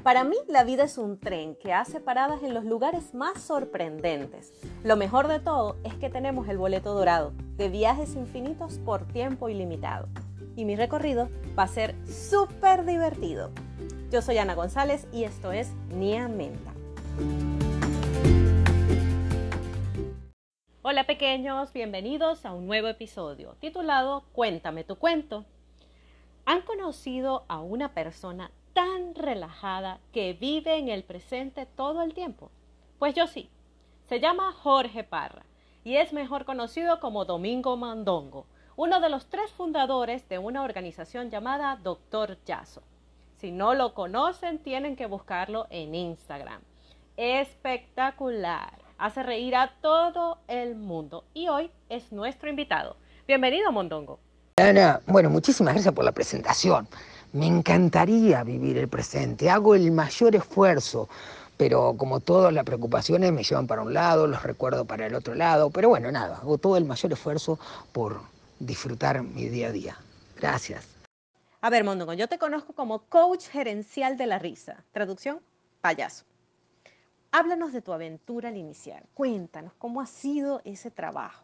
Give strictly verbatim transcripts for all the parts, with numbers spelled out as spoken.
Para mí, la vida es un tren que hace paradas en los lugares más sorprendentes. Lo mejor de todo es que tenemos el boleto dorado de viajes infinitos por tiempo ilimitado. Y mi recorrido va a ser súper divertido. Yo soy Ana González y esto es Nia Menta. Hola pequeños, bienvenidos a un nuevo episodio titulado Cuéntame tu cuento. ¿Han conocido a una persona tan relajada que vive en el presente todo el tiempo? Pues yo sí. Se llama Jorge Parra y es mejor conocido como Domingo Mondongo, uno de los tres fundadores de una organización llamada Doctor Yaso. Si no lo conocen, tienen que buscarlo en Instagram. Espectacular. Hace reír a todo el mundo y hoy es nuestro invitado. Bienvenido, Mondongo. Ana, bueno, muchísimas gracias por la presentación. Me encantaría vivir el presente, hago el mayor esfuerzo, pero como todas las preocupaciones me llevan para un lado, los recuerdos para el otro lado, pero bueno, nada, hago todo el mayor esfuerzo por disfrutar mi día a día. Gracias. A ver, Mondongo, yo te conozco como coach gerencial de la risa, traducción, payaso. Háblanos de tu aventura al iniciar, cuéntanos cómo ha sido ese trabajo.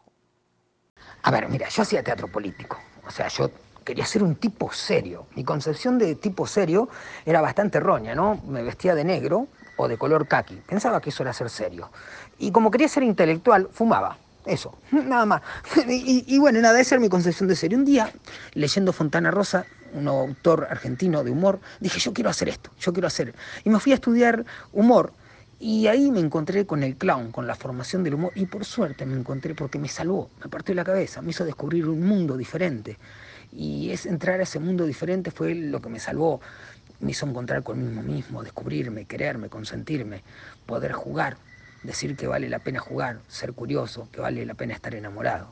A ver, mira, yo hacía teatro político, o sea, yo quería ser un tipo serio. Mi concepción de tipo serio era bastante errónea, ¿no? Me vestía de negro o de color caqui, pensaba que eso era ser serio. Y como quería ser intelectual, fumaba, eso, nada más. Y, y bueno, nada, esa era mi concepción de serio. Un día, leyendo Fontana Rosa, un autor argentino de humor, dije, yo quiero hacer esto, yo quiero hacer. Y me fui a estudiar humor. Y ahí me encontré con el clown, con la formación del humor, y por suerte me encontré porque me salvó, me partió la cabeza, me hizo descubrir un mundo diferente. Y es entrar a ese mundo diferente fue lo que me salvó, me hizo encontrar conmigo mismo, descubrirme, quererme, consentirme, poder jugar, decir que vale la pena jugar, ser curioso, que vale la pena estar enamorado.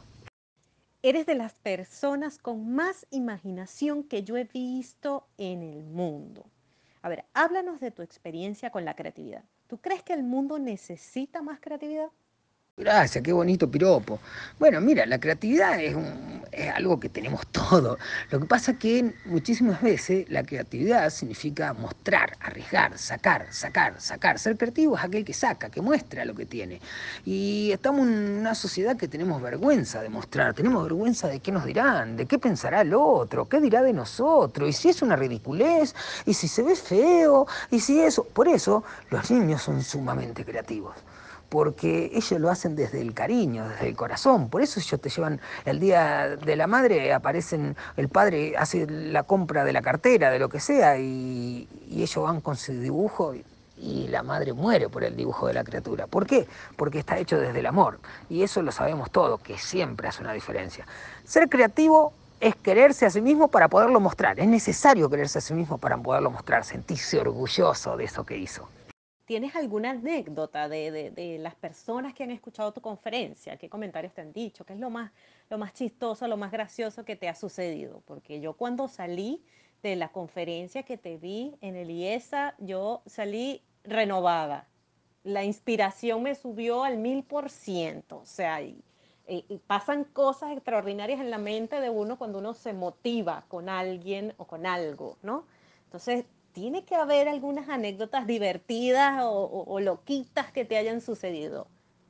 Eres de las personas con más imaginación que yo he visto en el mundo. A ver, háblanos de tu experiencia con la creatividad. ¿Tú crees que el mundo necesita más creatividad? Gracias, qué bonito piropo. Bueno, mira, la creatividad es, un, es algo que tenemos todo. Lo que pasa es que muchísimas veces la creatividad significa mostrar, arriesgar, sacar, sacar, sacar. Ser creativo es aquel que saca, que muestra lo que tiene. Y estamos en una sociedad que tenemos vergüenza de mostrar, tenemos vergüenza de qué nos dirán, de qué pensará el otro, qué dirá de nosotros, y si es una ridiculez, y si se ve feo, y si eso. Por eso los niños son sumamente creativos, porque ellos lo hacen desde el cariño, desde el corazón. Por eso ellos te llevan el día de la madre, aparecen, el padre hace la compra de la cartera, de lo que sea, y, y ellos van con su dibujo y, y la madre muere por el dibujo de la criatura. ¿Por qué? Porque está hecho desde el amor. Y eso lo sabemos todos, que siempre hace una diferencia. Ser creativo es quererse a sí mismo para poderlo mostrar. Es necesario quererse a sí mismo para poderlo mostrar, sentirse orgulloso de eso que hizo. ¿Tienes alguna anécdota de, de, de las personas que han escuchado tu conferencia? ¿Qué comentarios te han dicho? ¿Qué es lo más, lo más chistoso, lo más gracioso que te ha sucedido? Porque yo cuando salí de la conferencia que te vi en el IESA, yo salí renovada. La inspiración me subió al mil por ciento. O sea, y, y, y pasan cosas extraordinarias en la mente de uno cuando uno se motiva con alguien o con algo, ¿no? Entonces, tiene que haber algunas anécdotas divertidas o, o, o loquitas que te hayan sucedido.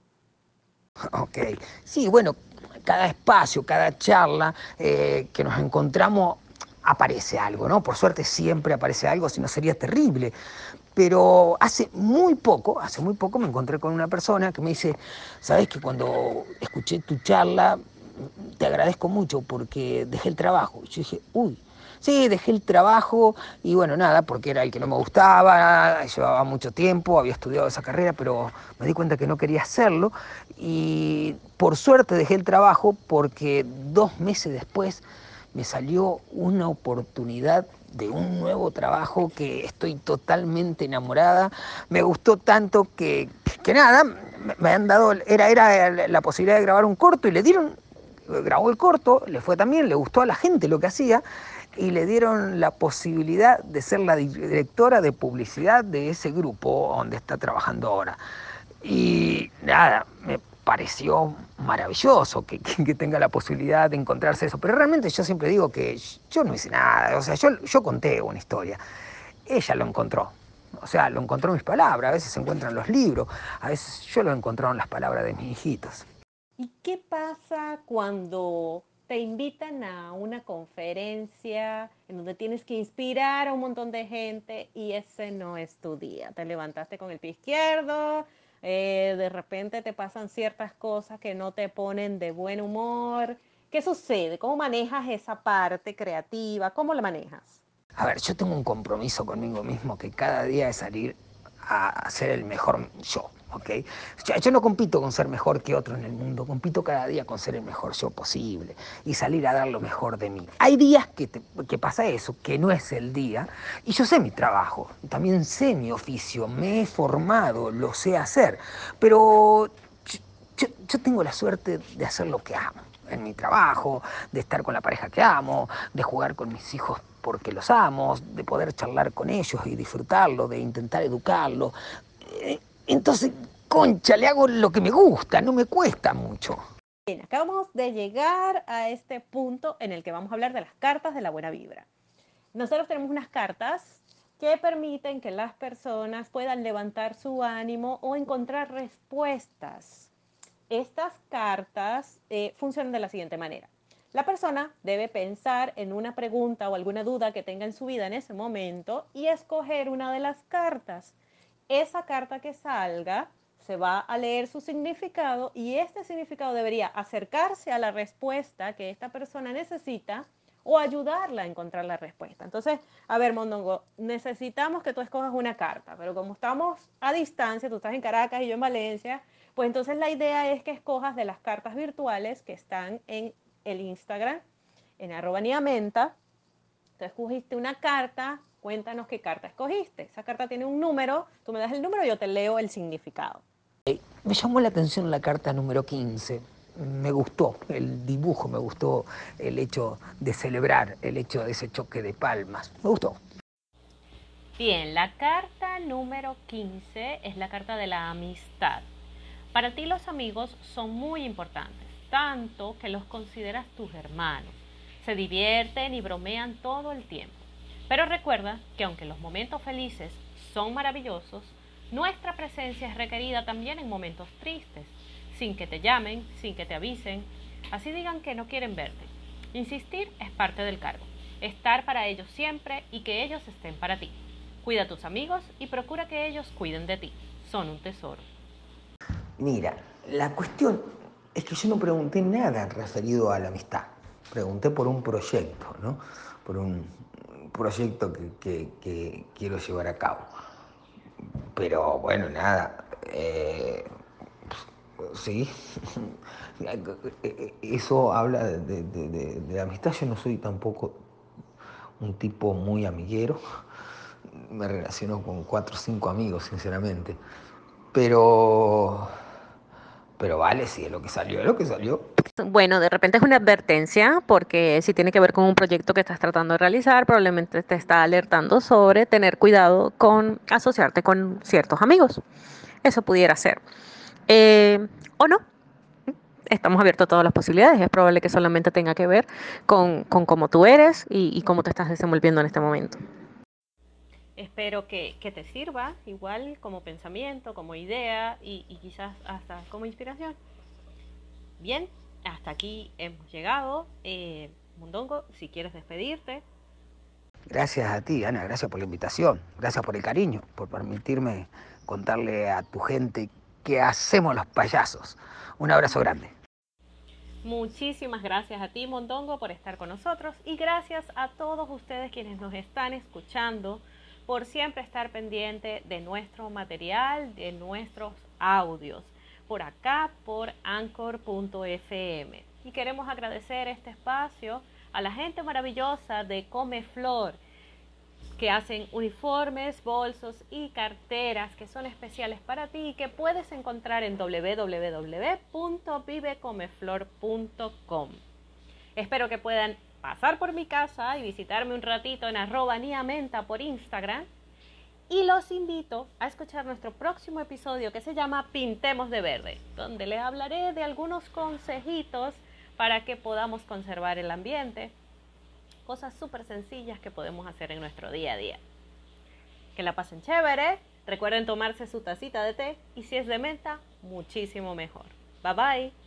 Ok, sí, bueno, cada espacio, cada charla eh, que nos encontramos aparece algo, ¿no? Por suerte siempre aparece algo, si no sería terrible. Pero hace muy poco, hace muy poco me encontré con una persona que me dice, ¿sabes que cuando escuché tu charla te agradezco mucho porque dejé el trabajo? Y yo dije, uy, sí, dejé el trabajo y bueno, nada, porque era el que no me gustaba, llevaba mucho tiempo, había estudiado esa carrera, pero me di cuenta que no quería hacerlo y por suerte dejé el trabajo porque dos meses después me salió una oportunidad de un nuevo trabajo que estoy totalmente enamorada. Me gustó tanto que, que nada, me han dado, era, era la posibilidad de grabar un corto y le dieron, grabó el corto, le fue también, le gustó a la gente lo que hacía y le dieron la posibilidad de ser la directora de publicidad de ese grupo donde está trabajando ahora. Y nada, me pareció maravilloso que, que, que tenga la posibilidad de encontrarse eso. Pero realmente yo siempre digo que yo no hice nada, o sea, yo, yo conté una historia. Ella lo encontró. O sea, lo encontró en mis palabras, a veces se encuentran en los libros, a veces yo lo he encontrado en las palabras de mis hijitos. ¿Y qué pasa cuando te invitan a una conferencia en donde tienes que inspirar a un montón de gente y ese no es tu día? Te levantaste con el pie izquierdo, eh, de repente te pasan ciertas cosas que no te ponen de buen humor. ¿Qué sucede? ¿Cómo manejas esa parte creativa? ¿Cómo la manejas? A ver, yo tengo un compromiso conmigo mismo que cada día es salir a ser el mejor yo, ¿ok? Yo, yo no compito con ser mejor que otro en el mundo, compito cada día con ser el mejor yo posible y salir a dar lo mejor de mí. Hay días que, te, que pasa eso, que no es el día, y yo sé mi trabajo, también sé mi oficio, me he formado, lo sé hacer, pero yo, yo, yo tengo la suerte de hacer lo que amo en mi trabajo, de estar con la pareja que amo, de jugar con mis hijos porque los amo, de poder charlar con ellos y disfrutarlo, de intentar educarlo. Entonces, concha, le hago lo que me gusta, no me cuesta mucho. Bien, acabamos de llegar a este punto en el que vamos a hablar de las cartas de la buena vibra. Nosotros tenemos unas cartas que permiten que las personas puedan levantar su ánimo o encontrar respuestas. Estas cartas eh, funcionan de la siguiente manera. La persona debe pensar en una pregunta o alguna duda que tenga en su vida en ese momento y escoger una de las cartas. Esa carta que salga se va a leer su significado y este significado debería acercarse a la respuesta que esta persona necesita o ayudarla a encontrar la respuesta. Entonces, a ver, Mondongo, necesitamos que tú escojas una carta, pero como estamos a distancia, tú estás en Caracas y yo en Valencia, pues entonces la idea es que escojas de las cartas virtuales que están en el Instagram, en arroba niamenta. Tú escogiste una carta, cuéntanos qué carta escogiste. Esa carta tiene un número, tú me das el número y yo te leo el significado. Me llamó la atención la carta número quince. Me gustó el dibujo, me gustó el hecho de celebrar, el hecho de ese choque de palmas. Me gustó. Bien, la carta número quince es la carta de la amistad. Para ti los amigos son muy importantes, tanto que los consideras tus hermanos. Se divierten y bromean todo el tiempo. Pero recuerda que aunque los momentos felices son maravillosos, nuestra presencia es requerida también en momentos tristes, sin que te llamen, sin que te avisen, así digan que no quieren verte. Insistir es parte del cargo, estar para ellos siempre y que ellos estén para ti. Cuida a tus amigos y procura que ellos cuiden de ti. Son un tesoro. Mira, la cuestión es que yo no pregunté nada referido a la amistad. Pregunté por un proyecto, ¿no? Por un proyecto que, que, que quiero llevar a cabo. Pero bueno, nada. Eh, sí. Eso habla de, de, de, de amistad. Yo no soy tampoco un tipo muy amiguero. Me relaciono con cuatro o cinco amigos, sinceramente. Pero... Pero vale, sí, es lo que salió, es lo que salió. Bueno, de repente es una advertencia porque si tiene que ver con un proyecto que estás tratando de realizar, probablemente te está alertando sobre tener cuidado con asociarte con ciertos amigos. Eso pudiera ser. Eh, o no, estamos abiertos a todas las posibilidades. Es probable que solamente tenga que ver con, con cómo tú eres y, y cómo te estás desenvolviendo en este momento. Espero que, que te sirva igual como pensamiento, como idea y, y quizás hasta como inspiración. Bien, hasta aquí hemos llegado. Eh, Mondongo, si quieres despedirte. Gracias a ti, Ana, gracias por la invitación, gracias por el cariño, por permitirme contarle a tu gente qué hacemos los payasos. Un abrazo grande. Muchísimas gracias a ti, Mondongo, por estar con nosotros y gracias a todos ustedes quienes nos están escuchando por siempre estar pendiente de nuestro material, de nuestros audios, por acá, por anchor punto f m. Y queremos agradecer este espacio a la gente maravillosa de Comeflor, que hacen uniformes, bolsos y carteras que son especiales para ti y que puedes encontrar en w w w punto vivecomeflor punto com. Espero que puedan pasar por mi casa y visitarme un ratito en arroba niamenta por Instagram. Y los invito a escuchar nuestro próximo episodio que se llama Pintemos de Verde, donde les hablaré de algunos consejitos para que podamos conservar el ambiente. Cosas súper sencillas que podemos hacer en nuestro día a día. Que la pasen chévere. Recuerden tomarse su tacita de té y si es de menta, muchísimo mejor. Bye bye.